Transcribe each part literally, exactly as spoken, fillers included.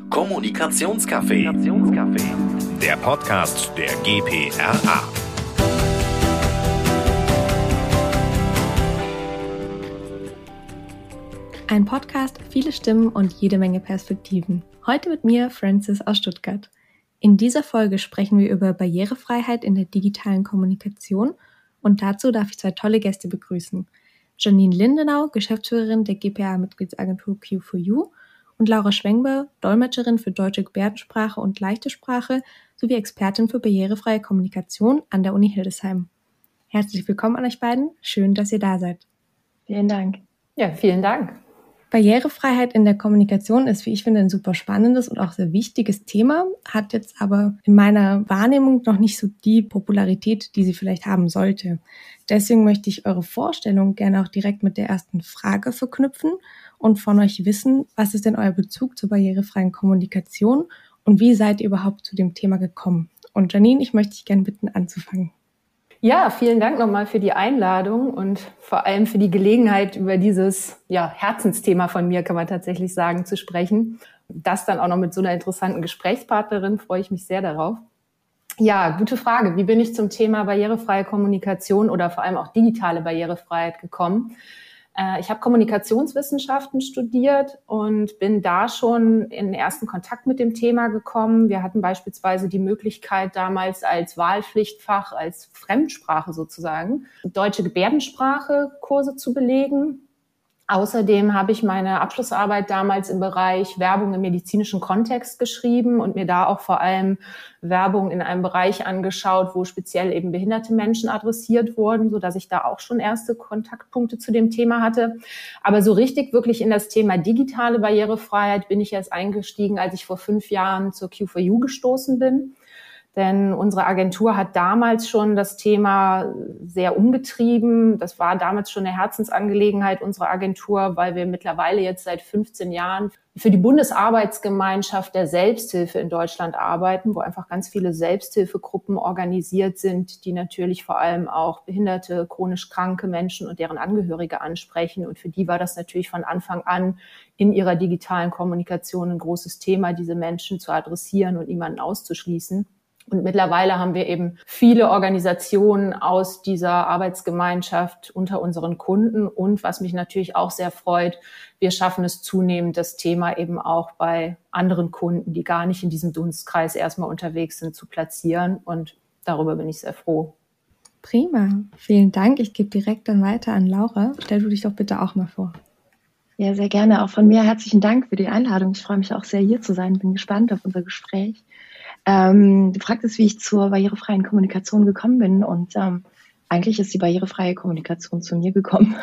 Kommunikationscafé. Der Podcast der G P R A. Ein Podcast, viele Stimmen und jede Menge Perspektiven. Heute mit mir, Francis aus Stuttgart. In dieser Folge sprechen wir über Barrierefreiheit in der digitalen Kommunikation und dazu darf ich zwei tolle Gäste begrüßen. Janine Lindenau, Geschäftsführerin der G P R A-Mitgliedsagentur Q four U und Laura Schwengber, Dolmetscherin für deutsche Gebärdensprache und leichte Sprache sowie Expertin für barrierefreie Kommunikation an der Uni Hildesheim. Herzlich willkommen an euch beiden. Schön, dass ihr da seid. Vielen Dank. Ja, vielen Dank. Barrierefreiheit in der Kommunikation ist, wie ich finde, ein super spannendes und auch sehr wichtiges Thema, hat jetzt aber in meiner Wahrnehmung noch nicht so die Popularität, die sie vielleicht haben sollte. Deswegen möchte ich eure Vorstellung gerne auch direkt mit der ersten Frage verknüpfen und von euch wissen, was ist denn euer Bezug zur barrierefreien Kommunikation und wie seid ihr überhaupt zu dem Thema gekommen? Und Janine, ich möchte dich gerne bitten, anzufangen. Ja, vielen Dank nochmal für die Einladung und vor allem für die Gelegenheit, über dieses ja, Herzensthema von mir, kann man tatsächlich sagen, zu sprechen. Das dann auch noch mit so einer interessanten Gesprächspartnerin, freue ich mich sehr darauf. Ja, gute Frage. Wie bin ich zum Thema barrierefreie Kommunikation oder vor allem auch digitale Barrierefreiheit gekommen? Ich habe Kommunikationswissenschaften studiert und bin da schon in den ersten Kontakt mit dem Thema gekommen. Wir hatten beispielsweise die Möglichkeit, damals als Wahlpflichtfach, als Fremdsprache sozusagen, deutsche Gebärdensprache Kurse zu belegen. Außerdem habe ich meine Abschlussarbeit damals im Bereich Werbung im medizinischen Kontext geschrieben und mir da auch vor allem Werbung in einem Bereich angeschaut, wo speziell eben behinderte Menschen adressiert wurden, so dass ich da auch schon erste Kontaktpunkte zu dem Thema hatte. Aber so richtig wirklich in das Thema digitale Barrierefreiheit bin ich erst eingestiegen, als ich vor fünf Jahren zur Q four U gestoßen bin. Denn unsere Agentur hat damals schon das Thema sehr umgetrieben. Das war damals schon eine Herzensangelegenheit unserer Agentur, weil wir mittlerweile jetzt seit fünfzehn Jahren für die Bundesarbeitsgemeinschaft der Selbsthilfe in Deutschland arbeiten, wo einfach ganz viele Selbsthilfegruppen organisiert sind, die natürlich vor allem auch behinderte, chronisch kranke Menschen und deren Angehörige ansprechen. Und für die war das natürlich von Anfang an in ihrer digitalen Kommunikation ein großes Thema, diese Menschen zu adressieren und niemanden auszuschließen. Und mittlerweile haben wir eben viele Organisationen aus dieser Arbeitsgemeinschaft unter unseren Kunden. Und was mich natürlich auch sehr freut, wir schaffen es zunehmend, das Thema eben auch bei anderen Kunden, die gar nicht in diesem Dunstkreis erstmal unterwegs sind, zu platzieren. Und darüber bin ich sehr froh. Prima, vielen Dank. Ich gebe direkt dann weiter an Laura. Stell du dich doch bitte auch mal vor. Ja, sehr gerne. Auch von mir herzlichen Dank für die Einladung. Ich freue mich auch sehr, hier zu sein. Bin gespannt auf unser Gespräch. Ähm, du fragtest, wie ich zur barrierefreien Kommunikation gekommen bin und ähm, eigentlich ist die barrierefreie Kommunikation zu mir gekommen.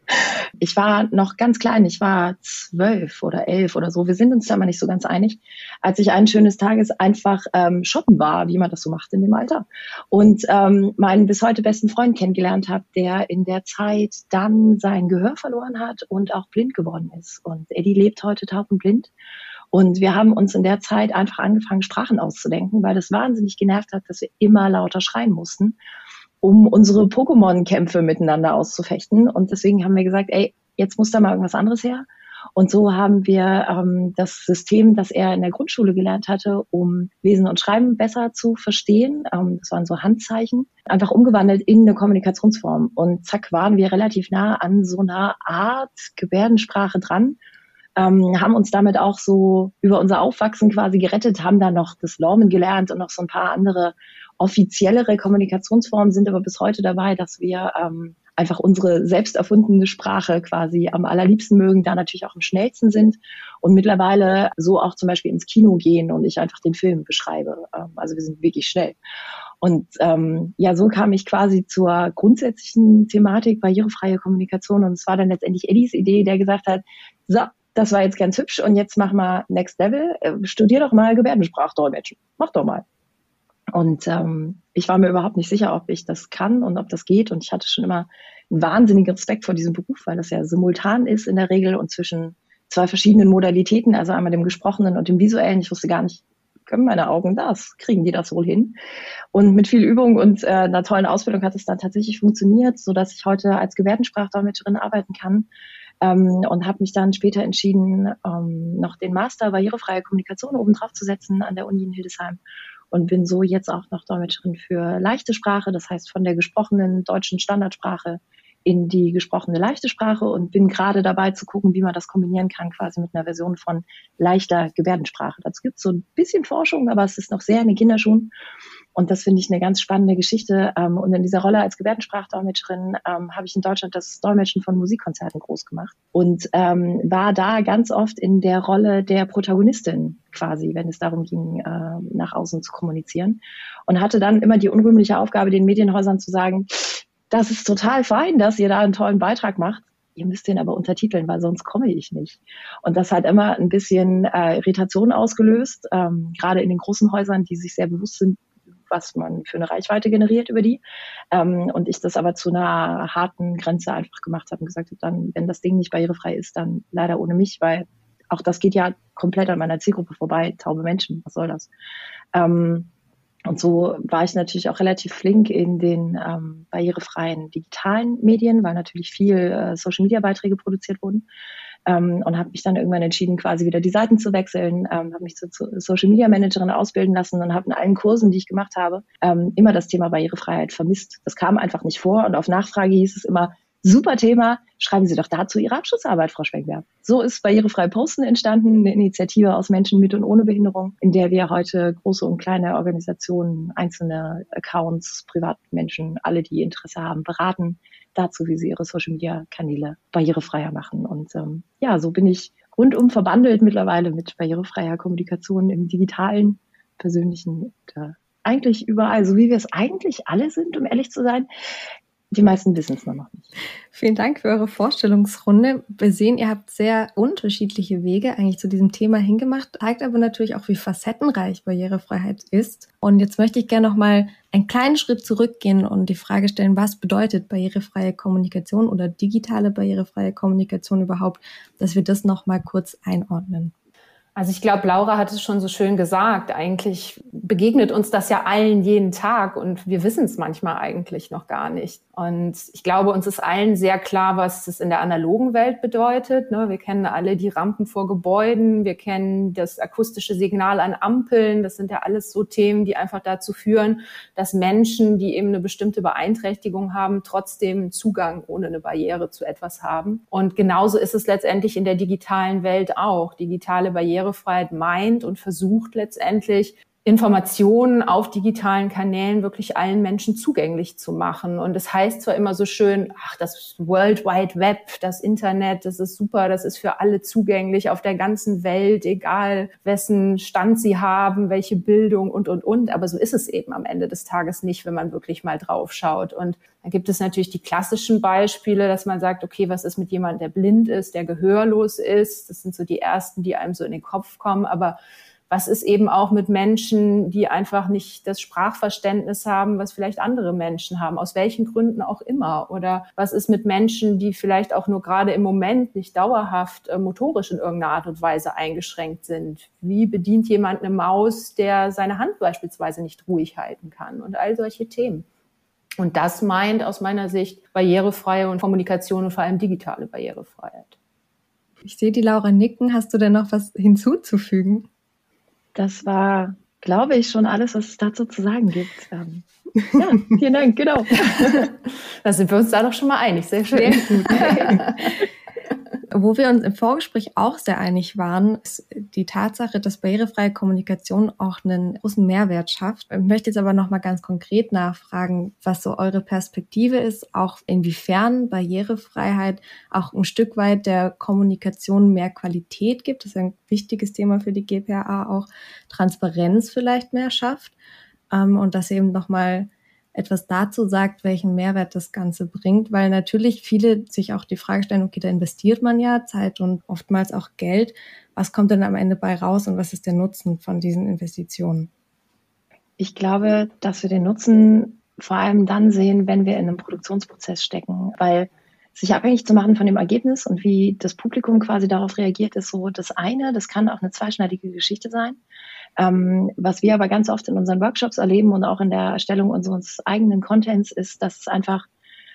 Ich war noch ganz klein, ich war zwölf oder elf oder so, wir sind uns da mal nicht so ganz einig, als ich eines schönes Tages einfach ähm, shoppen war, wie man das so macht in dem Alter und ähm, meinen bis heute besten Freund kennengelernt habe, der in der Zeit dann sein Gehör verloren hat und auch blind geworden ist und Eddie lebt heute taub und blind. Und wir haben uns in der Zeit einfach angefangen, Sprachen auszudenken, weil das wahnsinnig genervt hat, dass wir immer lauter schreien mussten, um unsere Pokémon-Kämpfe miteinander auszufechten. Und deswegen haben wir gesagt, ey, jetzt muss da mal irgendwas anderes her. Und so haben wir ähm, das System, das er in der Grundschule gelernt hatte, um Lesen und Schreiben besser zu verstehen, ähm, das waren so Handzeichen, einfach umgewandelt in eine Kommunikationsform. Und zack, waren wir relativ nah an so einer Art Gebärdensprache dran. Ähm, haben uns damit auch so über unser Aufwachsen quasi gerettet, haben dann noch das Lormen gelernt und noch so ein paar andere offiziellere Kommunikationsformen, sind aber bis heute dabei, dass wir ähm, einfach unsere selbst erfundene Sprache quasi am allerliebsten mögen, da natürlich auch am schnellsten sind und mittlerweile so auch zum Beispiel ins Kino gehen und ich einfach den Film beschreibe. Ähm, also wir sind wirklich schnell. Und ähm, ja, so kam ich quasi zur grundsätzlichen Thematik barrierefreie Kommunikation und es war dann letztendlich Eddies Idee, der gesagt hat, so, das war jetzt ganz hübsch und jetzt mach mal Next Level, studier doch mal Gebärdensprachdolmetschen, mach doch mal. Und ähm, ich war mir überhaupt nicht sicher, ob ich das kann und ob das geht und ich hatte schon immer einen wahnsinnigen Respekt vor diesem Beruf, weil das ja simultan ist in der Regel und zwischen zwei verschiedenen Modalitäten, also einmal dem Gesprochenen und dem Visuellen. Ich wusste gar nicht, können meine Augen das? Kriegen die das wohl hin? Und mit viel Übung und äh, einer tollen Ausbildung hat es dann tatsächlich funktioniert, so dass ich heute als Gebärdensprachdolmetscherin arbeiten kann. ähm, und habe mich dann später entschieden, ähm, noch den Master barrierefreie Kommunikation obendrauf zu setzen an der Uni in Hildesheim und bin so jetzt auch noch Dolmetscherin für leichte Sprache, das heißt von der gesprochenen deutschen Standardsprache in die gesprochene leichte Sprache und bin gerade dabei zu gucken, wie man das kombinieren kann, quasi mit einer Version von leichter Gebärdensprache. Dazu gibt es so ein bisschen Forschung, aber es ist noch sehr in den Kinderschuhen. Und das finde ich eine ganz spannende Geschichte. Und in dieser Rolle als Gebärdensprachdolmetscherin ähm, habe ich in Deutschland das Dolmetschen von Musikkonzerten groß gemacht und ähm, war da ganz oft in der Rolle der Protagonistin quasi, wenn es darum ging, äh, nach außen zu kommunizieren. Und hatte dann immer die unrühmliche Aufgabe, den Medienhäusern zu sagen, das ist total fein, dass ihr da einen tollen Beitrag macht. Ihr müsst den aber untertiteln, weil sonst komme ich nicht. Und das hat immer ein bisschen äh, Irritation ausgelöst, ähm, gerade in den großen Häusern, die sich sehr bewusst sind, was man für eine Reichweite generiert über die. Ähm, und ich das aber zu einer harten Grenze einfach gemacht habe und gesagt habe, dann, wenn das Ding nicht barrierefrei ist, dann leider ohne mich, weil auch das geht ja komplett an meiner Zielgruppe vorbei, taube Menschen, was soll das? Ähm, Und so war ich natürlich auch relativ flink in den ähm, barrierefreien digitalen Medien, weil natürlich viel äh, Social-Media-Beiträge produziert wurden. Ähm, und habe mich dann irgendwann entschieden, quasi wieder die Seiten zu wechseln, ähm, habe mich zur Social-Media-Managerin ausbilden lassen und habe in allen Kursen, die ich gemacht habe, ähm, immer das Thema Barrierefreiheit vermisst. Das kam einfach nicht vor und auf Nachfrage hieß es immer, super Thema, schreiben Sie doch dazu Ihre Abschlussarbeit, Frau Schwenkberg. So ist Barrierefrei Posten entstanden, eine Initiative aus Menschen mit und ohne Behinderung, in der wir heute große und kleine Organisationen, einzelne Accounts, Privatmenschen, alle, die Interesse haben, beraten dazu, wie sie ihre Social-Media-Kanäle barrierefreier machen. Und ähm, ja, so bin ich rundum verbandelt mittlerweile mit barrierefreier Kommunikation im digitalen, persönlichen und äh, eigentlich überall, so wie wir es eigentlich alle sind, um ehrlich zu sein. Die meisten wissen es nur noch nicht. Vielen Dank für eure Vorstellungsrunde. Wir sehen, ihr habt sehr unterschiedliche Wege eigentlich zu diesem Thema hingemacht, zeigt aber natürlich auch, wie facettenreich Barrierefreiheit ist. Und jetzt möchte ich gerne noch mal einen kleinen Schritt zurückgehen und die Frage stellen, was bedeutet barrierefreie Kommunikation oder digitale barrierefreie Kommunikation überhaupt, dass wir das noch mal kurz einordnen. Also ich glaube, Laura hat es schon so schön gesagt, eigentlich begegnet uns das ja allen jeden Tag und wir wissen es manchmal eigentlich noch gar nicht. Und ich glaube, uns ist allen sehr klar, was es in der analogen Welt bedeutet. Wir kennen alle die Rampen vor Gebäuden, wir kennen das akustische Signal an Ampeln. Das sind ja alles so Themen, die einfach dazu führen, dass Menschen, die eben eine bestimmte Beeinträchtigung haben, trotzdem Zugang ohne eine Barriere zu etwas haben. Und genauso ist es letztendlich in der digitalen Welt auch. Digitale Barriere Barrierefreiheit meint und versucht letztendlich, Informationen auf digitalen Kanälen wirklich allen Menschen zugänglich zu machen. Und das heißt zwar immer so schön, ach, das World Wide Web, das Internet, das ist super, das ist für alle zugänglich auf der ganzen Welt, egal wessen Stand sie haben, welche Bildung und, und, und. Aber so ist es eben am Ende des Tages nicht, wenn man wirklich mal drauf schaut. Und dann gibt es natürlich die klassischen Beispiele, dass man sagt, okay, was ist mit jemandem, der blind ist, der gehörlos ist? Das sind so die ersten, die einem so in den Kopf kommen. Aber was ist eben auch mit Menschen, die einfach nicht das Sprachverständnis haben, was vielleicht andere Menschen haben, aus welchen Gründen auch immer? Oder was ist mit Menschen, die vielleicht auch nur gerade im Moment nicht dauerhaft äh, motorisch in irgendeiner Art und Weise eingeschränkt sind? Wie bedient jemand eine Maus, der seine Hand beispielsweise nicht ruhig halten kann? Und all solche Themen. Und das meint aus meiner Sicht barrierefreie und Kommunikation und vor allem digitale Barrierefreiheit. Ich sehe die Laura nicken. Hast du denn noch was hinzuzufügen? Das war, glaube ich, schon alles, was es dazu zu sagen gibt. Ähm, ja, vielen Dank, genau. Da sind wir uns da doch schon mal einig. Sehr schön. Sehr gut. Wo wir uns im Vorgespräch auch sehr einig waren, ist die Tatsache, dass barrierefreie Kommunikation auch einen großen Mehrwert schafft. Ich möchte jetzt aber noch mal ganz konkret nachfragen, was so eure Perspektive ist, auch inwiefern Barrierefreiheit auch ein Stück weit der Kommunikation mehr Qualität gibt. Das ist ein wichtiges Thema für die G P R A, auch Transparenz vielleicht mehr schafft und das eben noch mal etwas dazu sagt, welchen Mehrwert das Ganze bringt, weil natürlich viele sich auch die Frage stellen, okay, da investiert man ja Zeit und oftmals auch Geld. Was kommt denn am Ende bei raus und was ist der Nutzen von diesen Investitionen? Ich glaube, dass wir den Nutzen vor allem dann sehen, wenn wir in einem Produktionsprozess stecken, weil sich abhängig zu machen von dem Ergebnis und wie das Publikum quasi darauf reagiert, ist so das eine. Das kann auch eine zweischneidige Geschichte sein. Ähm, was wir aber ganz oft in unseren Workshops erleben und auch in der Erstellung unseres eigenen Contents ist, dass es einfach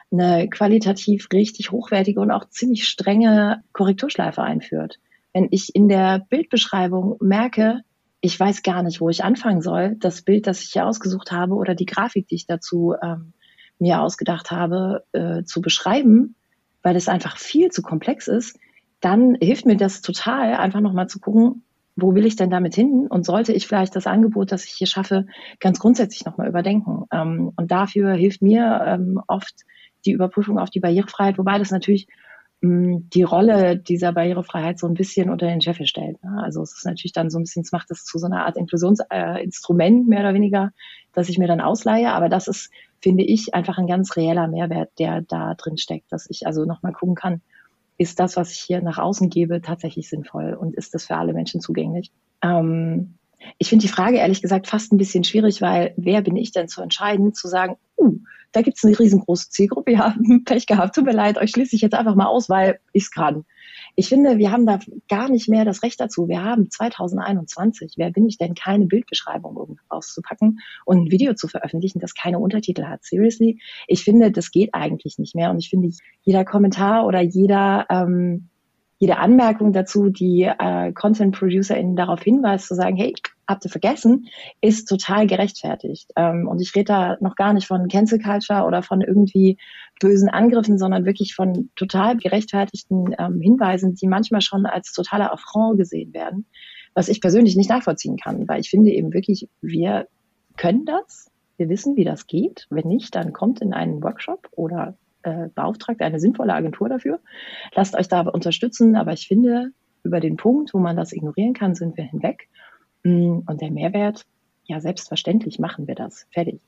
eine qualitativ richtig hochwertige und auch ziemlich strenge Korrekturschleife einführt. Wenn ich in der Bildbeschreibung merke, ich weiß gar nicht, wo ich anfangen soll, das Bild, das ich hier ausgesucht habe oder die Grafik, die ich dazu ähm, mir ausgedacht habe, äh, zu beschreiben, weil es einfach viel zu komplex ist, dann hilft mir das total, einfach nochmal zu gucken, wo will ich denn damit hin und sollte ich vielleicht das Angebot, das ich hier schaffe, ganz grundsätzlich nochmal überdenken. Ähm, und dafür hilft mir ähm, oft die Überprüfung auf die Barrierefreiheit, wobei das natürlich mh, die Rolle dieser Barrierefreiheit so ein bisschen unter den Scheffel stellt. Ne? Also es ist natürlich dann so ein bisschen, es macht das zu so einer Art Inklusionsinstrument, äh, mehr oder weniger, dass ich mir dann ausleihe. Aber das ist, finde ich, einfach ein ganz reeller Mehrwert, der da drin steckt, dass ich also nochmal gucken kann, ist das, was ich hier nach außen gebe, tatsächlich sinnvoll und ist das für alle Menschen zugänglich? Ähm, ich finde die Frage ehrlich gesagt fast ein bisschen schwierig, weil wer bin ich denn zu entscheiden, zu sagen, uh, da gibt es eine riesengroße Zielgruppe, ja, Pech gehabt, tut mir leid, euch schließe ich jetzt einfach mal aus, weil ich's kann. Ich finde, wir haben da gar nicht mehr das Recht dazu. Wir haben zwanzig einundzwanzig. Wer bin ich denn, keine Bildbeschreibung irgendwo auszupacken und ein Video zu veröffentlichen, das keine Untertitel hat? Seriously? Ich finde, das geht eigentlich nicht mehr. Und ich finde, jeder Kommentar oder jeder, ähm, jede Anmerkung dazu, die äh, Content-ProducerInnen darauf hinweist, zu sagen, hey, habt ihr vergessen, ist total gerechtfertigt. Ähm, und ich rede da noch gar nicht von Cancel Culture oder von irgendwie bösen Angriffen, sondern wirklich von total gerechtfertigten ähm, Hinweisen, die manchmal schon als totaler Affront gesehen werden, was ich persönlich nicht nachvollziehen kann, weil ich finde eben wirklich, wir können das, wir wissen, wie das geht. Wenn nicht, dann kommt in einen Workshop oder äh, beauftragt eine sinnvolle Agentur dafür. Lasst euch da unterstützen, aber ich finde, über den Punkt, wo man das ignorieren kann, sind wir hinweg. Und der Mehrwert, ja, selbstverständlich machen wir das. Fertig.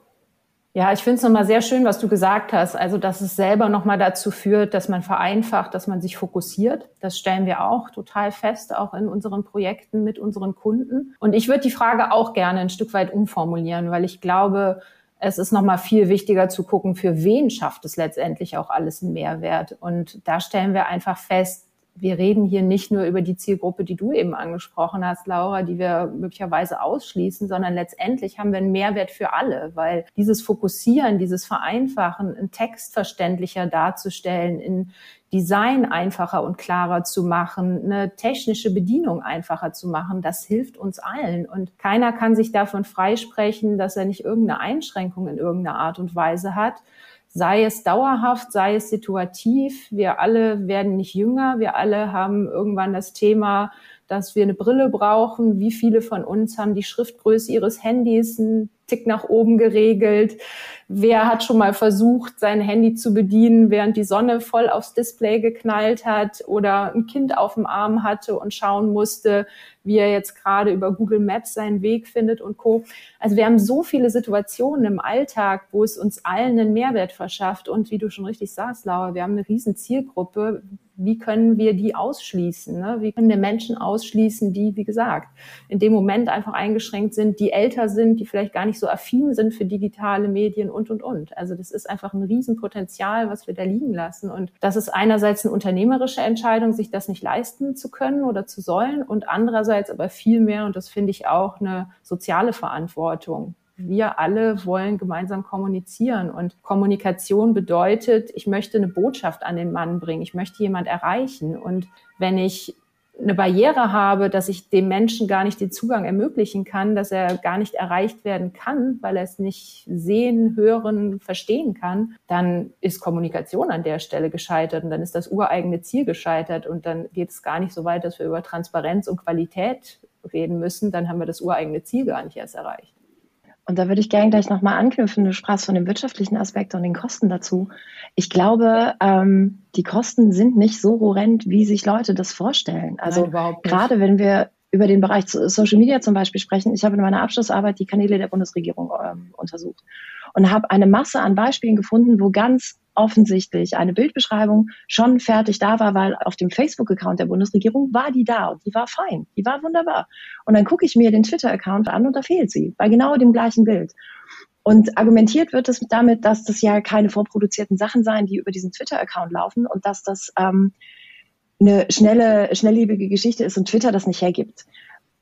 Ja, ich finde es nochmal sehr schön, was du gesagt hast. Also, dass es selber nochmal dazu führt, dass man vereinfacht, dass man sich fokussiert. Das stellen wir auch total fest, auch in unseren Projekten mit unseren Kunden. Und ich würde die Frage auch gerne ein Stück weit umformulieren, weil ich glaube, es ist nochmal viel wichtiger zu gucken, für wen schafft es letztendlich auch alles einen Mehrwert. Und da stellen wir einfach fest, wir reden hier nicht nur über die Zielgruppe, die du eben angesprochen hast, Laura, die wir möglicherweise ausschließen, sondern letztendlich haben wir einen Mehrwert für alle, weil dieses Fokussieren, dieses Vereinfachen, einen Text verständlicher darzustellen, in Design einfacher und klarer zu machen, eine technische Bedienung einfacher zu machen, das hilft uns allen. Und keiner kann sich davon freisprechen, dass er nicht irgendeine Einschränkung in irgendeiner Art und Weise hat. Sei es dauerhaft, sei es situativ. Wir alle werden nicht jünger. Wir alle haben irgendwann das Thema, dass wir eine Brille brauchen. Wie viele von uns haben die Schriftgröße ihres Handys einen Tick nach oben geregelt? Wer hat schon mal versucht, sein Handy zu bedienen, während die Sonne voll aufs Display geknallt hat oder ein Kind auf dem Arm hatte und schauen musste, wie er jetzt gerade über Google Maps seinen Weg findet und Co. Also wir haben so viele Situationen im Alltag, wo es uns allen einen Mehrwert verschafft. Und wie du schon richtig sagst, Laura, wir haben eine riesen Zielgruppe. Wie können wir die ausschließen? Ne? Wie können wir Menschen ausschließen, die, wie gesagt, in dem Moment einfach eingeschränkt sind, die älter sind, die vielleicht gar nicht so affin sind für digitale Medien und, und, und. Also das ist einfach ein Riesenpotenzial, was wir da liegen lassen. Und das ist einerseits eine unternehmerische Entscheidung, sich das nicht leisten zu können oder zu sollen und andererseits aber viel mehr, und das finde ich auch, eine soziale Verantwortung. Wir alle wollen gemeinsam kommunizieren und Kommunikation bedeutet, ich möchte eine Botschaft an den Mann bringen, ich möchte jemand erreichen und wenn ich eine Barriere habe, dass ich dem Menschen gar nicht den Zugang ermöglichen kann, dass er gar nicht erreicht werden kann, weil er es nicht sehen, hören, verstehen kann, dann ist Kommunikation an der Stelle gescheitert und dann ist das ureigene Ziel gescheitert und dann geht es gar nicht so weit, dass wir über Transparenz und Qualität reden müssen, dann haben wir das ureigene Ziel gar nicht erst erreicht. Und da würde ich gerne gleich nochmal anknüpfen. Du sprachst von dem wirtschaftlichen Aspekt und den Kosten dazu. Ich glaube, ähm, die Kosten sind nicht so horrend, wie sich Leute das vorstellen. Also Nein, gerade wenn wir über den Bereich Social Media zum Beispiel sprechen, ich habe in meiner Abschlussarbeit die Kanäle der Bundesregierung ähm, untersucht und habe eine Masse an Beispielen gefunden, wo ganz offensichtlich eine Bildbeschreibung schon fertig da war, weil auf dem Facebook-Account der Bundesregierung war die da und die war fein, die war wunderbar. Und dann gucke ich mir den Twitter-Account an und da fehlt sie, bei genau dem gleichen Bild. Und argumentiert wird es damit, dass das ja keine vorproduzierten Sachen seien, die über diesen Twitter-Account laufen und dass das ähm, eine schnelle, schnelllebige Geschichte ist und Twitter das nicht hergibt.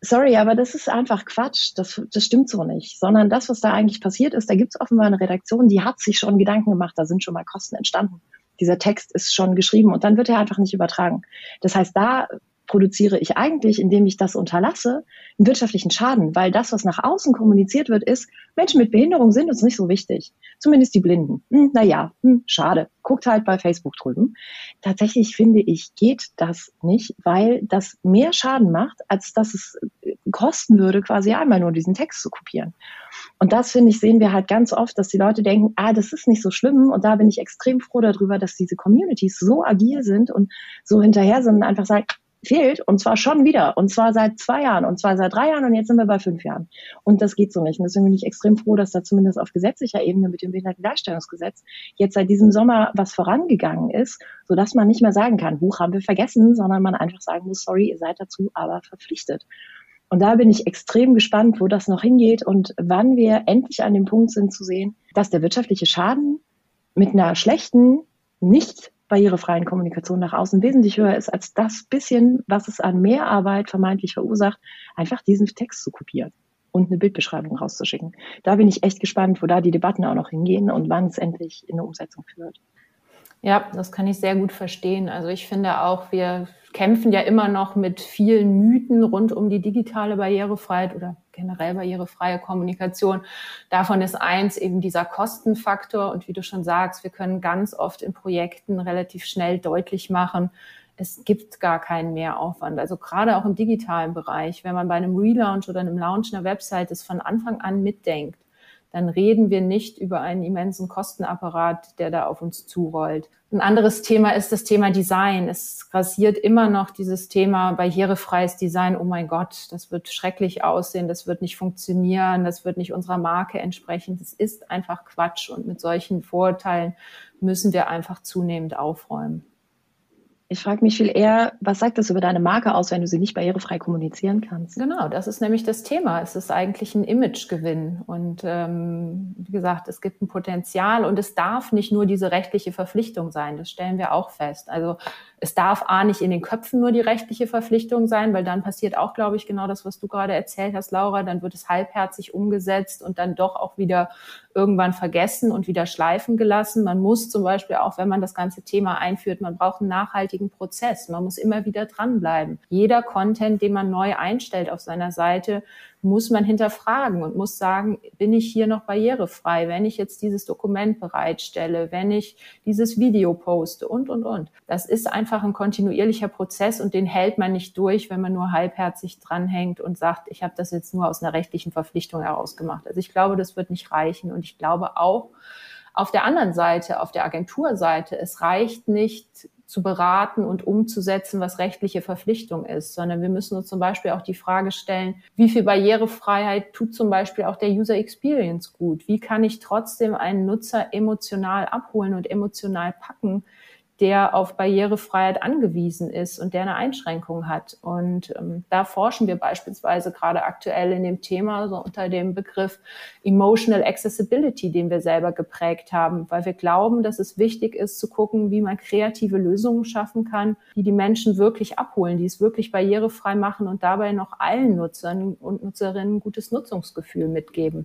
Sorry, aber das ist einfach Quatsch. Das, das stimmt so nicht. Sondern das, was da eigentlich passiert ist, da gibt es offenbar eine Redaktion, die hat sich schon Gedanken gemacht, da sind schon mal Kosten entstanden. Dieser Text ist schon geschrieben und dann wird er einfach nicht übertragen. Das heißt, da produziere ich eigentlich, indem ich das unterlasse, einen wirtschaftlichen Schaden, weil das, was nach außen kommuniziert wird, ist, Menschen mit Behinderung sind uns nicht so wichtig. Zumindest die Blinden. Hm, naja, hm, schade. Guckt halt bei Facebook drüben. Tatsächlich finde ich, geht das nicht, weil das mehr Schaden macht, als dass es kosten würde, quasi einmal nur diesen Text zu kopieren. Und das, finde ich, sehen wir halt ganz oft, dass die Leute denken, ah, das ist nicht so schlimm. Und da bin ich extrem froh darüber, dass diese Communities so agil sind und so hinterher sind und einfach sagen, fehlt, und zwar schon wieder, und zwar seit zwei Jahren, und zwar seit drei Jahren, und jetzt sind wir bei fünf Jahren. Und das geht so nicht. Und deswegen bin ich extrem froh, dass da zumindest auf gesetzlicher Ebene mit dem Behindertengleichstellungsgesetz jetzt seit diesem Sommer was vorangegangen ist, sodass man nicht mehr sagen kann, huch, haben wir vergessen, sondern man einfach sagen muss, sorry, ihr seid dazu aber verpflichtet. Und da bin ich extrem gespannt, wo das noch hingeht und wann wir endlich an dem Punkt sind zu sehen, dass der wirtschaftliche Schaden mit einer schlechten, nicht barrierefreien Kommunikation nach außen wesentlich höher ist als das bisschen, was es an Mehrarbeit vermeintlich verursacht, einfach diesen Text zu kopieren und eine Bildbeschreibung rauszuschicken. Da bin ich echt gespannt, wo da die Debatten auch noch hingehen und wann es endlich in eine Umsetzung führt. Ja, das kann ich sehr gut verstehen. Also ich finde auch, wir kämpfen ja immer noch mit vielen Mythen rund um die digitale Barrierefreiheit oder generell barrierefreie Kommunikation. Davon ist eins eben dieser Kostenfaktor. Und wie du schon sagst, wir können ganz oft in Projekten relativ schnell deutlich machen, es gibt gar keinen Mehraufwand. Also gerade auch im digitalen Bereich, wenn man bei einem Relaunch oder einem Launch einer Website es von Anfang an mitdenkt, dann reden wir nicht über einen immensen Kostenapparat, der da auf uns zurollt. Ein anderes Thema ist das Thema Design. Es grassiert immer noch dieses Thema barrierefreies Design. Oh mein Gott, das wird schrecklich aussehen, das wird nicht funktionieren, das wird nicht unserer Marke entsprechen. Das ist einfach Quatsch und mit solchen Vorurteilen müssen wir einfach zunehmend aufräumen. Ich frage mich viel eher, was sagt das über deine Marke aus, wenn du sie nicht barrierefrei kommunizieren kannst? Genau, das ist nämlich das Thema. Es ist eigentlich ein Imagegewinn. Und ähm, wie gesagt, es gibt ein Potenzial und es darf nicht nur diese rechtliche Verpflichtung sein. Das stellen wir auch fest. Also es darf A, nicht in den Köpfen nur die rechtliche Verpflichtung sein, weil dann passiert auch, glaube ich, genau das, was du gerade erzählt hast, Laura. Dann wird es halbherzig umgesetzt und dann doch auch wieder irgendwann vergessen und wieder schleifen gelassen. Man muss zum Beispiel auch, wenn man das ganze Thema einführt, man braucht einen nachhaltigen Prozess. Man muss immer wieder dranbleiben. Jeder Content, den man neu einstellt auf seiner Seite, muss man hinterfragen und muss sagen, bin ich hier noch barrierefrei, wenn ich jetzt dieses Dokument bereitstelle, wenn ich dieses Video poste und, und, und. Das ist einfach ein kontinuierlicher Prozess und den hält man nicht durch, wenn man nur halbherzig dranhängt und sagt, ich habe das jetzt nur aus einer rechtlichen Verpflichtung heraus gemacht. Also ich glaube, das wird nicht reichen und ich glaube auch auf der anderen Seite, auf der Agenturseite, es reicht nicht, zu beraten und umzusetzen, was rechtliche Verpflichtung ist, sondern wir müssen uns zum Beispiel auch die Frage stellen, wie viel Barrierefreiheit tut zum Beispiel auch der User Experience gut? Wie kann ich trotzdem einen Nutzer emotional abholen und emotional packen, der auf Barrierefreiheit angewiesen ist und der eine Einschränkung hat. Und ähm, da forschen wir beispielsweise gerade aktuell in dem Thema so unter dem Begriff Emotional Accessibility, den wir selber geprägt haben, weil wir glauben, dass es wichtig ist zu gucken, wie man kreative Lösungen schaffen kann, die die Menschen wirklich abholen, die es wirklich barrierefrei machen und dabei noch allen Nutzern und Nutzerinnen ein gutes Nutzungsgefühl mitgeben.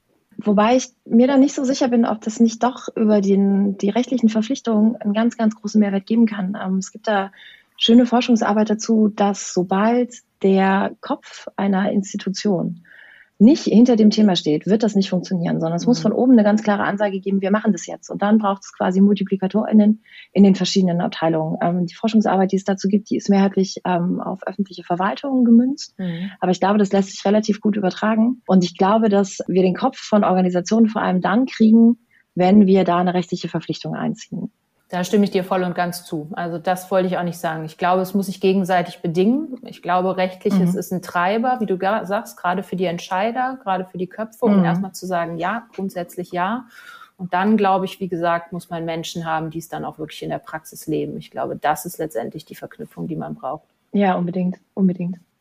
Wobei ich mir da nicht so sicher bin, ob das nicht doch über den, die rechtlichen Verpflichtungen einen ganz, ganz großen Mehrwert geben kann. Ähm, es gibt da schöne Forschungsarbeit dazu, dass sobald der Kopf einer Institution nicht hinter dem Thema steht, wird das nicht funktionieren, sondern es muss von oben eine ganz klare Ansage geben, wir machen das jetzt. Und dann braucht es quasi MultiplikatorInnen in den verschiedenen Abteilungen. Ähm, die Forschungsarbeit, die es dazu gibt, die ist mehrheitlich ähm, auf öffentliche Verwaltungen gemünzt. Mhm. Aber ich glaube, das lässt sich relativ gut übertragen. Und ich glaube, dass wir den Kopf von Organisationen vor allem dann kriegen, wenn wir da eine rechtliche Verpflichtung einziehen. Da stimme ich dir voll und ganz zu. Also das wollte ich auch nicht sagen. Ich glaube, es muss sich gegenseitig bedingen. Ich glaube, rechtliches mhm. ist ein Treiber, wie du sagst, gerade für die Entscheider, gerade für die Köpfe, um mhm. erstmal zu sagen, ja, grundsätzlich ja. Und dann, glaube ich, wie gesagt, muss man Menschen haben, die es dann auch wirklich in der Praxis leben. Ich glaube, das ist letztendlich die Verknüpfung, die man braucht. Ja, unbedingt, unbedingt.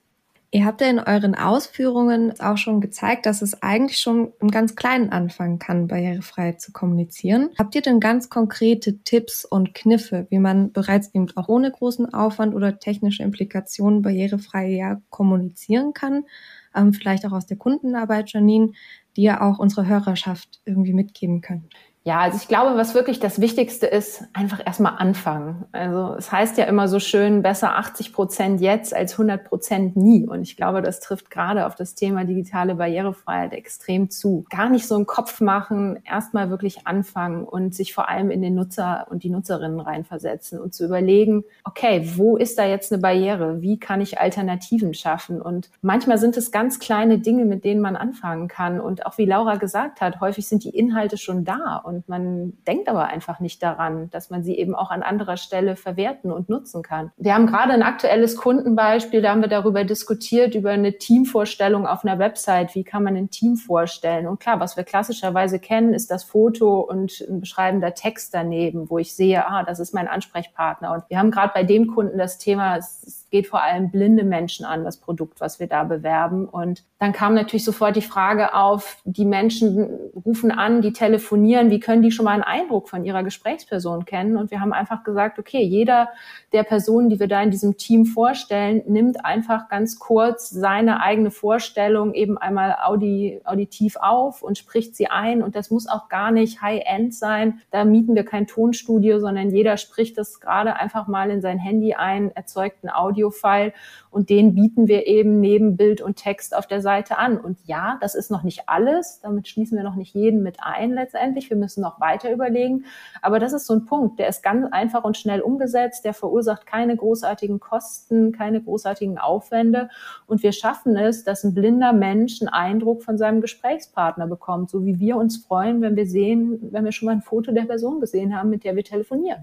Ihr habt ja in euren Ausführungen auch schon gezeigt, dass es eigentlich schon im ganz Kleinen anfangen kann, barrierefrei zu kommunizieren. Habt ihr denn ganz konkrete Tipps und Kniffe, wie man bereits eben auch ohne großen Aufwand oder technische Implikationen barrierefrei ja kommunizieren kann? Ähm, vielleicht auch aus der Kundenarbeit, Janine, die ihr auch unserer Hörerschaft irgendwie mitgeben könnt. Ja, also ich glaube, was wirklich das Wichtigste ist, einfach erstmal anfangen. Also es heißt ja immer so schön, besser achtzig Prozent jetzt als hundert Prozent nie. Und ich glaube, das trifft gerade auf das Thema digitale Barrierefreiheit extrem zu. Gar nicht so einen Kopf machen, erstmal wirklich anfangen und sich vor allem in den Nutzer und die Nutzerinnen reinversetzen und zu überlegen, okay, wo ist da jetzt eine Barriere? Wie kann ich Alternativen schaffen? Und manchmal sind es ganz kleine Dinge, mit denen man anfangen kann. Und auch wie Laura gesagt hat, häufig sind die Inhalte schon da. Und man denkt aber einfach nicht daran, dass man sie eben auch an anderer Stelle verwerten und nutzen kann. Wir haben gerade ein aktuelles Kundenbeispiel, da haben wir darüber diskutiert, über eine Teamvorstellung auf einer Website. Wie kann man ein Team vorstellen? Und klar, was wir klassischerweise kennen, ist das Foto und ein beschreibender Text daneben, wo ich sehe, ah, das ist mein Ansprechpartner. Und wir haben gerade bei dem Kunden das Thema, es geht vor allem blinde Menschen an, das Produkt, was wir da bewerben. Und dann kam natürlich sofort die Frage auf, die Menschen rufen an, die telefonieren, wie können die schon mal einen Eindruck von ihrer Gesprächsperson kennen? Und wir haben einfach gesagt, okay, jeder der Personen, die wir da in diesem Team vorstellen, nimmt einfach ganz kurz seine eigene Vorstellung eben einmal audi, auditiv auf und spricht sie ein. Und das muss auch gar nicht High-End sein. Da mieten wir kein Tonstudio, sondern jeder spricht das gerade einfach mal in sein Handy ein, erzeugt ein Audio-File und den bieten wir eben neben Bild und Text auf der Seite an. Und ja, das ist noch nicht alles. Damit schließen wir noch nicht jeden mit ein letztendlich. Wir müssen noch weiter überlegen. Aber das ist so ein Punkt, der ist ganz einfach und schnell umgesetzt. Der verursacht keine großartigen Kosten, keine großartigen Aufwände. Und wir schaffen es, dass ein blinder Mensch einen Eindruck von seinem Gesprächspartner bekommt. So wie wir uns freuen, wenn wir sehen, wenn wir schon mal ein Foto der Person gesehen haben, mit der wir telefonieren.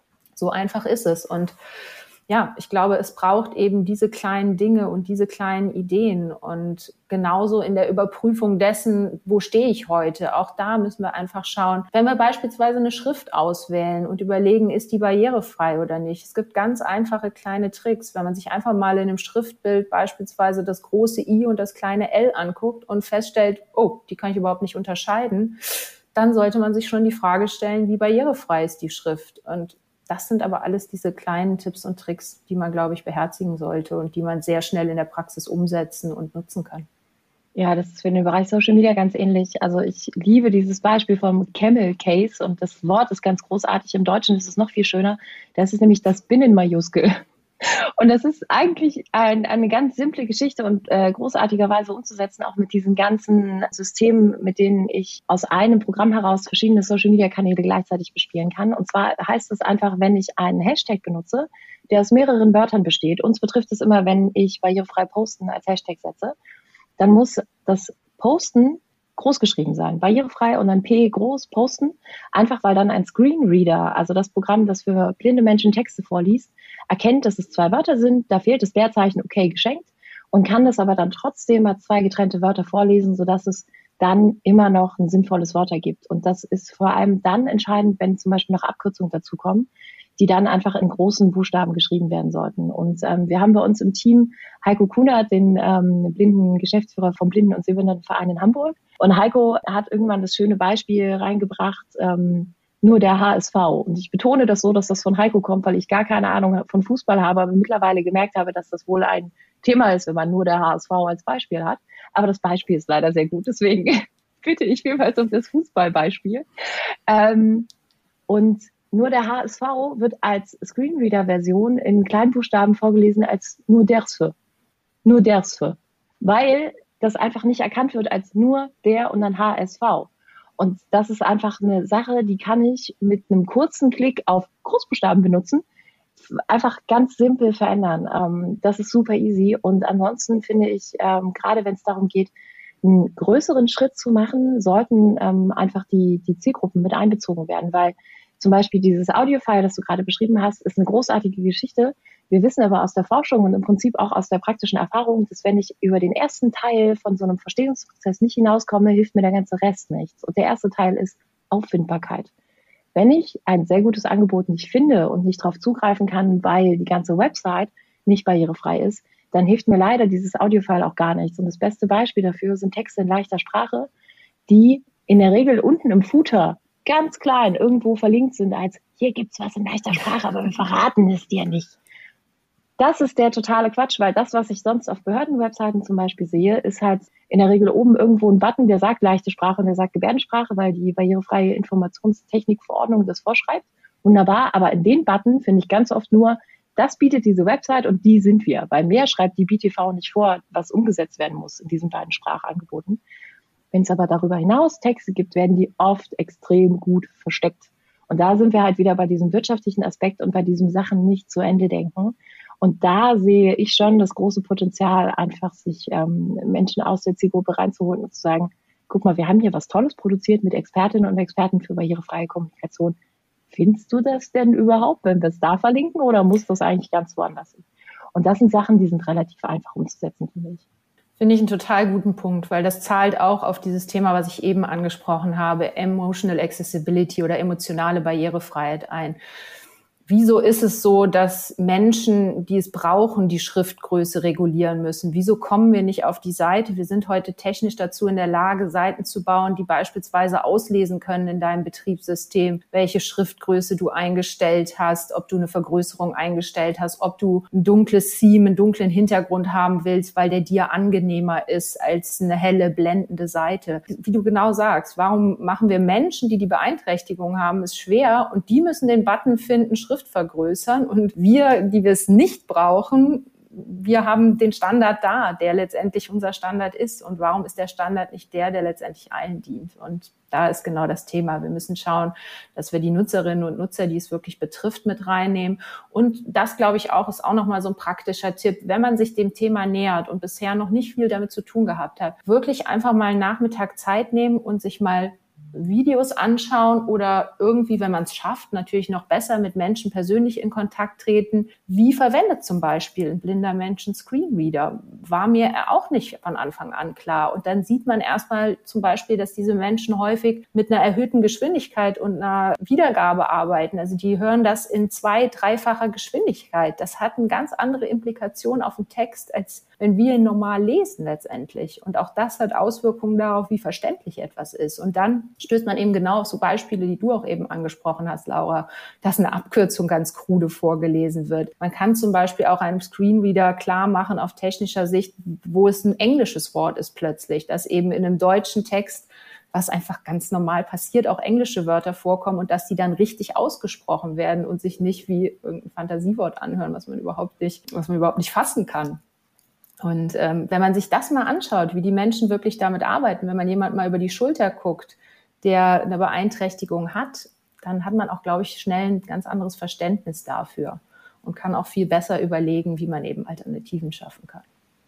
So einfach ist es. Und ja, ich glaube, es braucht eben diese kleinen Dinge und diese kleinen Ideen und genauso in der Überprüfung dessen, wo stehe ich heute. Auch da müssen wir einfach schauen, wenn wir beispielsweise eine Schrift auswählen und überlegen, ist die barrierefrei oder nicht. Es gibt ganz einfache kleine Tricks, wenn man sich einfach mal in einem Schriftbild beispielsweise das große I und das kleine L anguckt und feststellt, oh, die kann ich überhaupt nicht unterscheiden, dann sollte man sich schon die Frage stellen, wie barrierefrei ist die Schrift? Und das sind aber alles diese kleinen Tipps und Tricks, die man, glaube ich, beherzigen sollte und die man sehr schnell in der Praxis umsetzen und nutzen kann. Ja, das ist für den Bereich Social Media ganz ähnlich. Also ich liebe dieses Beispiel vom Camel Case und das Wort ist ganz großartig. Im Deutschen ist es noch viel schöner. Das ist nämlich das Binnenmajuskel. Und das ist eigentlich ein, eine ganz simple Geschichte und äh, großartigerweise umzusetzen, auch mit diesen ganzen Systemen, mit denen ich aus einem Programm heraus verschiedene Social-Media-Kanäle gleichzeitig bespielen kann. Und zwar heißt es einfach, wenn ich einen Hashtag benutze, der aus mehreren Wörtern besteht, uns betrifft es immer, wenn ich barrierefrei posten als Hashtag setze, dann muss das Posten großgeschrieben sein, barrierefrei und dann P groß posten, einfach weil dann ein Screenreader, also das Programm, das für blinde Menschen Texte vorliest, erkennt, dass es zwei Wörter sind, da fehlt das Leerzeichen okay geschenkt und kann das aber dann trotzdem als zwei getrennte Wörter vorlesen, sodass es dann immer noch ein sinnvolles Wort ergibt. Und das ist vor allem dann entscheidend, wenn zum Beispiel noch Abkürzungen dazukommen, die dann einfach in großen Buchstaben geschrieben werden sollten. Und ähm, wir haben bei uns im Team Heiko Kunert, den ähm, blinden Geschäftsführer vom Blinden- und Sehbehindertenverein in Hamburg. Und Heiko hat irgendwann das schöne Beispiel reingebracht, ähm, nur der H S V. Und ich betone das so, dass das von Heiko kommt, weil ich gar keine Ahnung von Fußball habe, aber mittlerweile gemerkt habe, dass das wohl ein Thema ist, wenn man nur der H S V als Beispiel hat. Aber das Beispiel ist leider sehr gut, deswegen bitte ich vielmals um das Fußballbeispiel. Ähm, und nur der H S V wird als Screenreader-Version in Kleinbuchstaben vorgelesen als nur der's. Nur der's. Weil das einfach nicht erkannt wird als nur der und dann H S V. Und das ist einfach eine Sache, die kann ich mit einem kurzen Klick auf Großbuchstaben benutzen, einfach ganz simpel verändern. Ähm, das ist super easy. Und ansonsten finde ich, ähm, gerade wenn es darum geht, einen größeren Schritt zu machen, sollten ähm, einfach die, die Zielgruppen mit einbezogen werden, weil zum Beispiel dieses Audio-File, das du gerade beschrieben hast, ist eine großartige Geschichte. Wir wissen aber aus der Forschung und im Prinzip auch aus der praktischen Erfahrung, dass wenn ich über den ersten Teil von so einem Verstehungsprozess nicht hinauskomme, hilft mir der ganze Rest nichts. Und der erste Teil ist Auffindbarkeit. Wenn ich ein sehr gutes Angebot nicht finde und nicht darauf zugreifen kann, weil die ganze Website nicht barrierefrei ist, dann hilft mir leider dieses Audiofile auch gar nichts. Und das beste Beispiel dafür sind Texte in leichter Sprache, die in der Regel unten im Footer ganz klein irgendwo verlinkt sind als, hier gibt's was in leichter Sprache, aber wir verraten es dir nicht. Das ist der totale Quatsch, weil das, was ich sonst auf Behördenwebseiten zum Beispiel sehe, ist halt in der Regel oben irgendwo ein Button, der sagt leichte Sprache und der sagt Gebärdensprache, weil die barrierefreie Informationstechnikverordnung das vorschreibt. Wunderbar, aber in den Button finde ich ganz oft nur, das bietet diese Website und die sind wir, weil mehr schreibt die B T V nicht vor, was umgesetzt werden muss in diesen beiden Sprachangeboten. Wenn es aber darüber hinaus Texte gibt, werden die oft extrem gut versteckt. Und da sind wir halt wieder bei diesem wirtschaftlichen Aspekt und bei diesem Sachen nicht zu Ende denken. Und da sehe ich schon das große Potenzial, einfach sich ähm, Menschen aus der Zielgruppe reinzuholen und zu sagen, guck mal, wir haben hier was Tolles produziert mit Expertinnen und Experten für barrierefreie Kommunikation. Findest du das denn überhaupt, wenn wir es da verlinken, oder muss das eigentlich ganz woanders hin? Und das sind Sachen, die sind relativ einfach umzusetzen, finde ich. Finde ich einen total guten Punkt, weil das zahlt auch auf dieses Thema, was ich eben angesprochen habe, Emotional Accessibility oder emotionale Barrierefreiheit ein. Wieso ist es so, dass Menschen, die es brauchen, die Schriftgröße regulieren müssen? Wieso kommen wir nicht auf die Seite? Wir sind heute technisch dazu in der Lage, Seiten zu bauen, die beispielsweise auslesen können in deinem Betriebssystem, welche Schriftgröße du eingestellt hast, ob du eine Vergrößerung eingestellt hast, ob du ein dunkles Theme, einen dunklen Hintergrund haben willst, weil der dir angenehmer ist als eine helle, blendende Seite. Wie du genau sagst, warum machen wir Menschen, die die Beeinträchtigung haben, es schwer und die müssen den Button finden, Schrift vergrößern und wir, die wir es nicht brauchen, wir haben den Standard da, der letztendlich unser Standard ist. Und warum ist der Standard nicht der, der letztendlich allen dient? Und da ist genau das Thema. Wir müssen schauen, dass wir die Nutzerinnen und Nutzer, die es wirklich betrifft, mit reinnehmen. Und das, glaube ich, auch ist auch nochmal so ein praktischer Tipp, wenn man sich dem Thema nähert und bisher noch nicht viel damit zu tun gehabt hat, wirklich einfach mal einen Nachmittag Zeit nehmen und sich mal Videos anschauen oder irgendwie, wenn man es schafft, natürlich noch besser mit Menschen persönlich in Kontakt treten. Wie verwendet zum Beispiel ein blinder Mensch einen Screenreader? War mir auch nicht von Anfang an klar. Und dann sieht man erstmal zum Beispiel, dass diese Menschen häufig mit einer erhöhten Geschwindigkeit und einer Wiedergabe arbeiten. Also die hören das in zwei-, dreifacher Geschwindigkeit. Das hat eine ganz andere Implikation auf den Text, als wenn wir ihn normal lesen letztendlich. Und auch das hat Auswirkungen darauf, wie verständlich etwas ist. Und dann stößt man eben genau auf so Beispiele, die du auch eben angesprochen hast, Laura, dass eine Abkürzung ganz krude vorgelesen wird. Man kann zum Beispiel auch einem Screenreader klar machen auf technischer Sicht, wo es ein englisches Wort ist plötzlich, dass eben in einem deutschen Text, was einfach ganz normal passiert, auch englische Wörter vorkommen und dass die dann richtig ausgesprochen werden und sich nicht wie irgendein Fantasiewort anhören, was man überhaupt nicht, was man überhaupt nicht fassen kann. Und ähm, wenn man sich das mal anschaut, wie die Menschen wirklich damit arbeiten, wenn man jemand mal über die Schulter guckt, der eine Beeinträchtigung hat, dann hat man auch, glaube ich, schnell ein ganz anderes Verständnis dafür und kann auch viel besser überlegen, wie man eben Alternativen schaffen kann.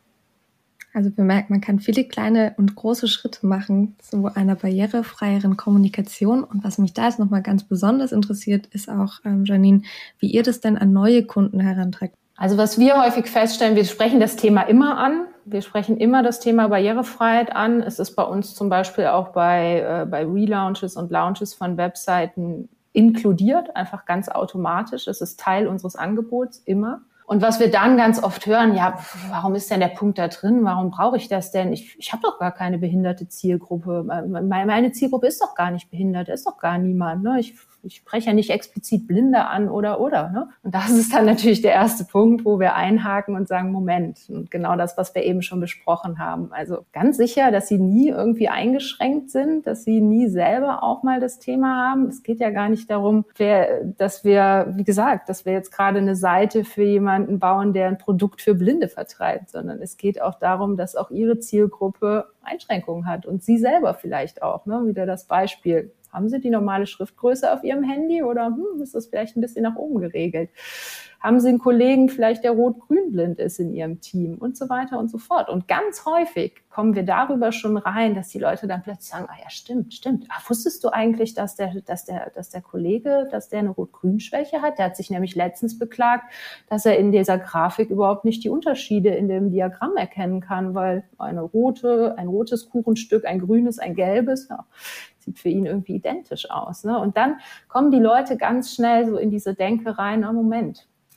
Also wir merken, man kann viele kleine und große Schritte machen zu einer barrierefreieren Kommunikation. Und was mich da jetzt nochmal ganz besonders interessiert, ist auch, ähm, Janine, wie ihr das denn an neue Kunden heranträgt. Also was wir häufig feststellen, wir sprechen das Thema immer an. Wir sprechen immer das Thema Barrierefreiheit an. Es ist bei uns zum Beispiel auch bei, äh, bei Relaunches und Launches von Webseiten inkludiert, einfach ganz automatisch. Es ist Teil unseres Angebots, immer. Und was wir dann ganz oft hören, ja, warum ist denn der Punkt da drin? Warum brauche ich das denn? Ich, ich habe doch gar keine behinderte Zielgruppe. Meine Zielgruppe ist doch gar nicht behindert, da ist doch gar niemand. Ne? Ich, ich spreche ja nicht explizit Blinde an oder, oder. Ne? Und das ist dann natürlich der erste Punkt, wo wir einhaken und sagen, Moment. Und genau das, was wir eben schon besprochen haben. Also ganz sicher, dass sie nie irgendwie eingeschränkt sind, dass sie nie selber auch mal das Thema haben. Es geht ja gar nicht darum, wer, dass wir, wie gesagt, dass wir jetzt gerade eine Seite für jemanden bauen, der ein Produkt für Blinde vertreibt, sondern es geht auch darum, dass auch ihre Zielgruppe Einschränkungen hat und sie selber vielleicht auch. Ne? Wieder das Beispiel. Haben Sie die normale Schriftgröße auf Ihrem Handy oder hm, ist das vielleicht ein bisschen nach oben geregelt? Haben Sie einen Kollegen vielleicht, der rot-grün-blind ist in Ihrem Team und so weiter und so fort. Und ganz häufig kommen wir darüber schon rein, dass die Leute dann plötzlich sagen, ah ja, stimmt, stimmt. Ah, wusstest du eigentlich, dass der, dass der, dass der Kollege, dass der eine Rot-Grün-Schwäche hat? Der hat sich nämlich letztens beklagt, dass er in dieser Grafik überhaupt nicht die Unterschiede in dem Diagramm erkennen kann, weil eine rote, ein rotes Kuchenstück, ein grünes, ein gelbes, ja, sieht für ihn irgendwie identisch aus. Ne? Und dann kommen die Leute ganz schnell so in diese Denke rein, oh Moment,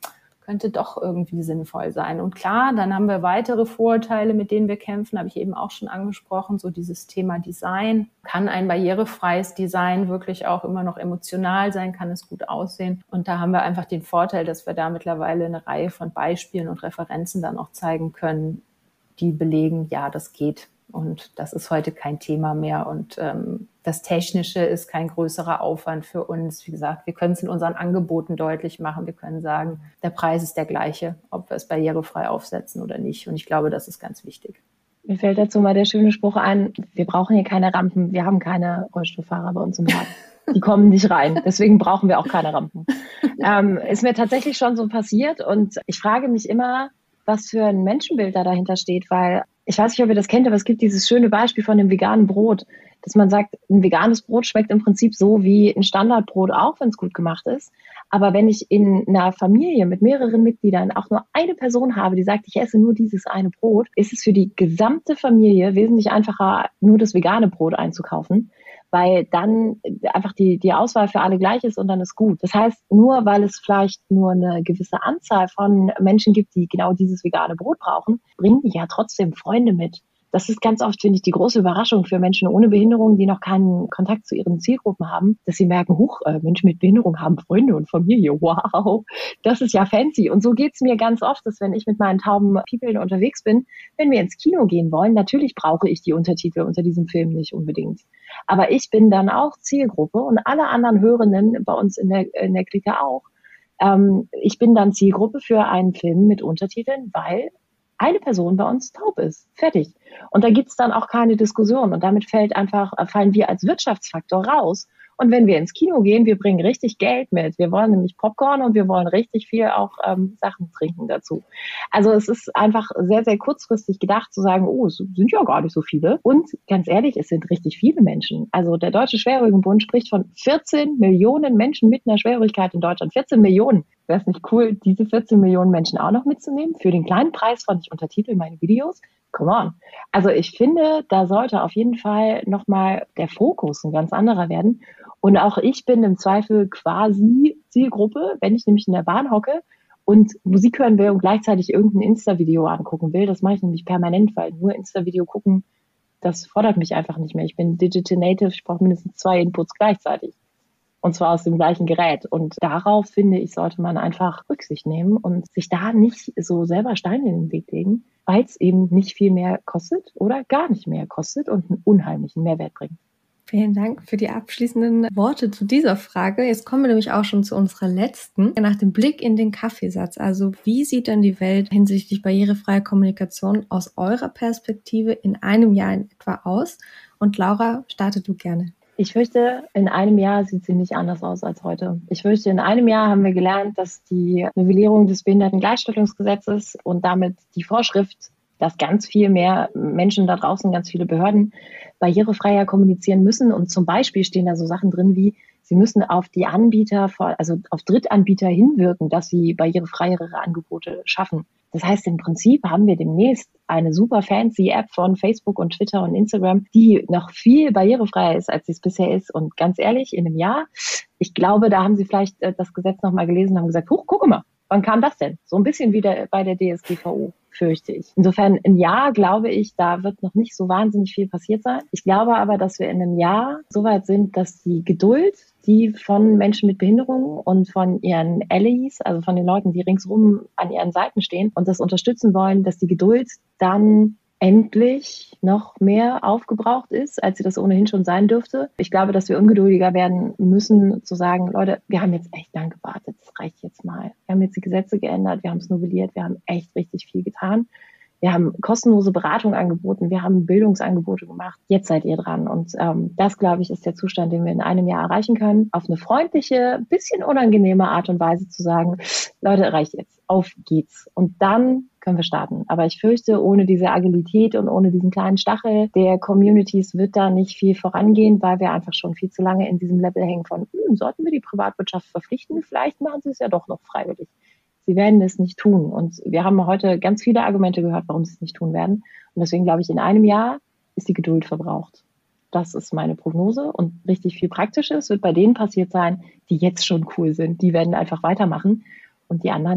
könnte doch irgendwie sinnvoll sein. Und klar, dann haben wir weitere Vorurteile, mit denen wir kämpfen, habe ich eben auch schon angesprochen, so dieses Thema Design. Kann ein barrierefreies Design wirklich auch immer noch emotional sein, kann es gut aussehen? Und da haben wir einfach den Vorteil, dass wir da mittlerweile eine Reihe von Beispielen und Referenzen dann auch zeigen können, die belegen, ja, das geht. Und das ist heute kein Thema mehr. Und ähm, das Technische ist kein größerer Aufwand für uns. Wie gesagt, wir können es in unseren Angeboten deutlich machen. Wir können sagen, der Preis ist der gleiche, ob wir es barrierefrei aufsetzen oder nicht. Und ich glaube, das ist ganz wichtig. Mir fällt dazu mal der schöne Spruch ein, wir brauchen hier keine Rampen. Wir haben keine Rollstuhlfahrer bei uns im Laden. Die kommen nicht rein. Deswegen brauchen wir auch keine Rampen. ähm, ist mir tatsächlich schon so passiert. Und ich frage mich immer, was für ein Menschenbild da dahinter steht, weil ich weiß nicht, ob ihr das kennt, aber es gibt dieses schöne Beispiel von dem veganen Brot, dass man sagt, ein veganes Brot schmeckt im Prinzip so wie ein Standardbrot auch, wenn es gut gemacht ist. Aber wenn ich in einer Familie mit mehreren Mitgliedern auch nur eine Person habe, die sagt, ich esse nur dieses eine Brot, ist es für die gesamte Familie wesentlich einfacher, nur das vegane Brot einzukaufen, weil dann einfach die, die Auswahl für alle gleich ist und dann ist gut. Das heißt, nur weil es vielleicht nur eine gewisse Anzahl von Menschen gibt, die genau dieses vegane Brot brauchen, bringen die ja trotzdem Freunde mit. Das ist ganz oft, finde ich, die große Überraschung für Menschen ohne Behinderung, die noch keinen Kontakt zu ihren Zielgruppen haben, dass sie merken, huch, äh, Menschen mit Behinderung haben Freunde und Familie. Wow, das ist ja fancy. Und so geht's mir ganz oft, dass wenn ich mit meinen tauben People unterwegs bin, wenn wir ins Kino gehen wollen, natürlich brauche ich die Untertitel unter diesem Film nicht unbedingt. Aber ich bin dann auch Zielgruppe und alle anderen Hörenden bei uns in der, in der Clique auch. Ähm, ich bin dann Zielgruppe für einen Film mit Untertiteln, weil eine Person bei uns taub ist. Fertig. Und da gibt's dann auch keine Diskussion. Und damit fällt einfach, fallen wir als Wirtschaftsfaktor raus. Und wenn wir ins Kino gehen, wir bringen richtig Geld mit. Wir wollen nämlich Popcorn und wir wollen richtig viel auch ähm, Sachen trinken dazu. Also es ist einfach sehr, sehr kurzfristig gedacht zu sagen, oh, es sind ja gar nicht so viele. Und ganz ehrlich, es sind richtig viele Menschen. Also der Deutsche Schwerhörigenbund spricht von vierzehn Millionen Menschen mit einer Schwerhörigkeit in Deutschland. vierzehn Millionen. Wäre es nicht cool, diese vierzehn Millionen Menschen auch noch mitzunehmen? Für den kleinen Preis von ich untertitel meine Videos? Come on. Also ich finde, da sollte auf jeden Fall nochmal der Fokus ein ganz anderer werden. Und auch ich bin im Zweifel quasi Zielgruppe, wenn ich nämlich in der Bahn hocke und Musik hören will und gleichzeitig irgendein Insta-Video angucken will. Das mache ich nämlich permanent, weil nur Insta-Video gucken, das fordert mich einfach nicht mehr. Ich bin Digital Native, ich brauche mindestens zwei Inputs gleichzeitig. Und zwar aus dem gleichen Gerät. Und darauf, finde ich, sollte man einfach Rücksicht nehmen und sich da nicht so selber Steine in den Weg legen, weil es eben nicht viel mehr kostet oder gar nicht mehr kostet und einen unheimlichen Mehrwert bringt. Vielen Dank für die abschließenden Worte zu dieser Frage. Jetzt kommen wir nämlich auch schon zu unserer letzten. Nach dem Blick in den Kaffeesatz. Also wie sieht denn die Welt hinsichtlich barrierefreier Kommunikation aus eurer Perspektive in einem Jahr in etwa aus? Und Laura, starte du gerne. Ich fürchte, in einem Jahr sieht sie nicht anders aus als heute. Ich fürchte, in einem Jahr haben wir gelernt, dass die Novellierung des Behindertengleichstellungsgesetzes und damit die Vorschrift, dass ganz viel mehr Menschen da draußen, ganz viele Behörden barrierefreier kommunizieren müssen. Und zum Beispiel stehen da so Sachen drin wie, sie müssen auf die Anbieter, also auf Drittanbieter hinwirken, dass sie barrierefreiere Angebote schaffen. Das heißt, im Prinzip haben wir demnächst eine super fancy App von Facebook und Twitter und Instagram, die noch viel barrierefreier ist, als sie es bisher ist. Und ganz ehrlich, in einem Jahr, ich glaube, da haben sie vielleicht das Gesetz nochmal gelesen und haben gesagt, huch, guck mal, wann kam das denn? So ein bisschen wie der, bei der D S G V O, fürchte ich. Insofern, ein Jahr, glaube ich, da wird noch nicht so wahnsinnig viel passiert sein. Ich glaube aber, dass wir in einem Jahr so weit sind, dass die Geduld, die von Menschen mit Behinderungen und von ihren Allies, also von den Leuten, die ringsrum an ihren Seiten stehen und das unterstützen wollen, dass die Geduld dann endlich noch mehr aufgebraucht ist, als sie das ohnehin schon sein dürfte. Ich glaube, dass wir ungeduldiger werden müssen, zu sagen, Leute, wir haben jetzt echt lang gewartet, das reicht jetzt mal. Wir haben jetzt die Gesetze geändert, wir haben es novelliert, wir haben echt richtig viel getan. Wir haben kostenlose Beratung angeboten, wir haben Bildungsangebote gemacht. Jetzt seid ihr dran. Und ähm, das, glaube ich, ist der Zustand, den wir in einem Jahr erreichen können. Auf eine freundliche, bisschen unangenehme Art und Weise zu sagen, Leute, reicht jetzt, auf geht's. Und dann können wir starten. Aber ich fürchte, ohne diese Agilität und ohne diesen kleinen Stachel der Communities wird da nicht viel vorangehen, weil wir einfach schon viel zu lange in diesem Level hängen von, hm, sollten wir die Privatwirtschaft verpflichten? Vielleicht machen sie es ja doch noch freiwillig. Sie werden es nicht tun. Und wir haben heute ganz viele Argumente gehört, warum sie es nicht tun werden. Und deswegen glaube ich, in einem Jahr ist die Geduld verbraucht. Das ist meine Prognose. Und richtig viel Praktisches wird bei denen passiert sein, die jetzt schon cool sind. Die werden einfach weitermachen. Und die anderen,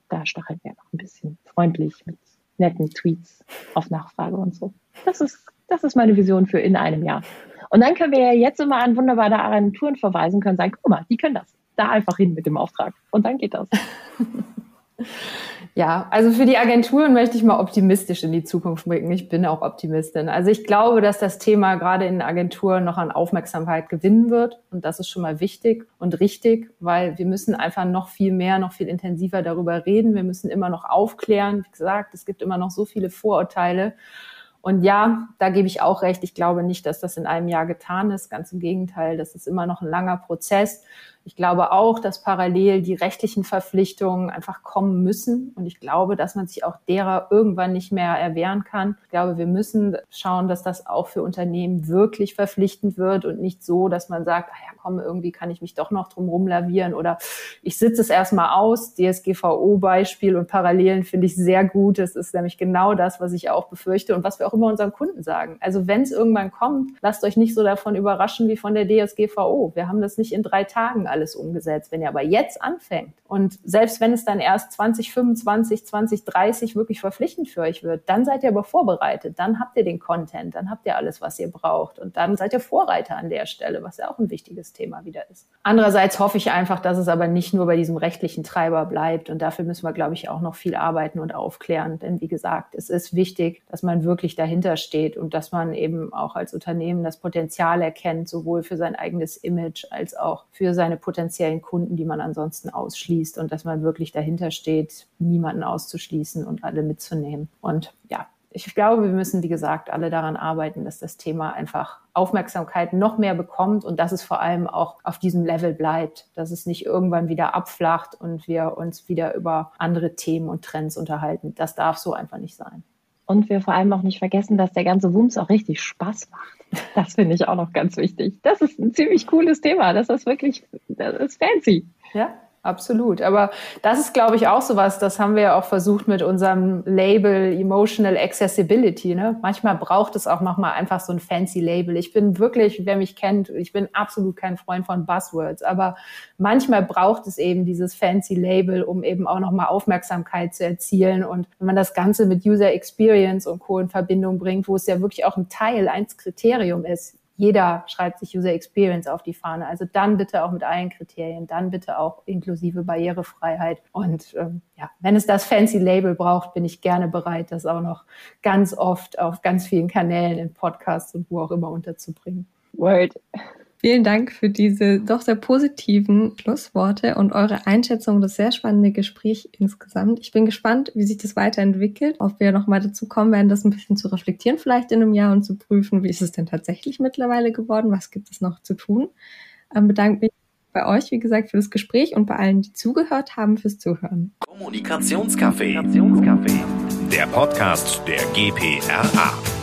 da stacheln wir noch ein bisschen freundlich mit netten Tweets auf Nachfrage und so. Das ist, das ist meine Vision für in einem Jahr. Und dann können wir ja jetzt immer an wunderbare Agenturen verweisen, können sagen, guck mal, die können das. Da einfach hin mit dem Auftrag. Und dann geht das. Ja, also für die Agenturen möchte ich mal optimistisch in die Zukunft blicken. Ich bin auch Optimistin. Also ich glaube, dass das Thema gerade in Agenturen noch an Aufmerksamkeit gewinnen wird. Und das ist schon mal wichtig und richtig, weil wir müssen einfach noch viel mehr, noch viel intensiver darüber reden. Wir müssen immer noch aufklären. Wie gesagt, es gibt immer noch so viele Vorurteile. Und ja, da gebe ich auch recht. Ich glaube nicht, dass das in einem Jahr getan ist. Ganz im Gegenteil, das ist immer noch ein langer Prozess. Ich glaube auch, dass parallel die rechtlichen Verpflichtungen einfach kommen müssen. Und ich glaube, dass man sich auch derer irgendwann nicht mehr erwehren kann. Ich glaube, wir müssen schauen, dass das auch für Unternehmen wirklich verpflichtend wird und nicht so, dass man sagt, ach ja, komm, irgendwie kann ich mich doch noch drum rumlavieren oder ich sitze es erstmal aus. D S G V O-Beispiel und Parallelen finde ich sehr gut. Das ist nämlich genau das, was ich auch befürchte und was wir auch immer unseren Kunden sagen. Also wenn es irgendwann kommt, lasst euch nicht so davon überraschen wie von der D S G V O. Wir haben das nicht in drei Tagen alles umgesetzt. Wenn ihr aber jetzt anfängt und selbst wenn es dann erst zwanzig fünfundzwanzig, zwanzig dreißig wirklich verpflichtend für euch wird, dann seid ihr aber vorbereitet, dann habt ihr den Content, dann habt ihr alles, was ihr braucht und dann seid ihr Vorreiter an der Stelle, was ja auch ein wichtiges Thema wieder ist. Andererseits hoffe ich einfach, dass es aber nicht nur bei diesem rechtlichen Treiber bleibt und dafür müssen wir, glaube ich, auch noch viel arbeiten und aufklären, denn wie gesagt, es ist wichtig, dass man wirklich dahinter steht und dass man eben auch als Unternehmen das Potenzial erkennt, sowohl für sein eigenes Image als auch für seine potenziellen Kunden, die man ansonsten ausschließt und dass man wirklich dahinter steht, niemanden auszuschließen und alle mitzunehmen. Und ja, ich glaube, wir müssen, wie gesagt, alle daran arbeiten, dass das Thema einfach Aufmerksamkeit noch mehr bekommt und dass es vor allem auch auf diesem Level bleibt, dass es nicht irgendwann wieder abflacht und wir uns wieder über andere Themen und Trends unterhalten. Das darf so einfach nicht sein. Und wir vor allem auch nicht vergessen, dass der ganze Wumms auch richtig Spaß macht. Das finde ich auch noch ganz wichtig. Das ist ein ziemlich cooles Thema. Das ist wirklich, das ist fancy. Ja, absolut. Aber das ist, glaube ich, auch sowas, das haben wir ja auch versucht mit unserem Label Emotional Accessibility. Ne? Manchmal braucht es auch nochmal einfach so ein fancy Label. Ich bin wirklich, wer mich kennt, ich bin absolut kein Freund von Buzzwords, aber manchmal braucht es eben dieses fancy Label, um eben auch nochmal Aufmerksamkeit zu erzielen. Und wenn man das Ganze mit User Experience und Co. in Verbindung bringt, wo es ja wirklich auch ein Teil, ein Kriterium ist, jeder schreibt sich User Experience auf die Fahne. Also dann bitte auch mit allen Kriterien, dann bitte auch inklusive Barrierefreiheit. Und ähm, ja, wenn es das fancy Label braucht, bin ich gerne bereit, das auch noch ganz oft auf ganz vielen Kanälen, in Podcasts und wo auch immer unterzubringen. Word. Vielen Dank für diese doch sehr positiven Schlussworte und eure Einschätzung, das sehr spannende Gespräch insgesamt. Ich bin gespannt, wie sich das weiterentwickelt, ob wir nochmal dazu kommen werden, das ein bisschen zu reflektieren vielleicht in einem Jahr und zu prüfen, wie ist es denn tatsächlich mittlerweile geworden, was gibt es noch zu tun. Ähm, bedanke mich bei euch, wie gesagt, für das Gespräch und bei allen, die zugehört haben, fürs Zuhören. Kommunikationscafé, der Podcast der G P R A.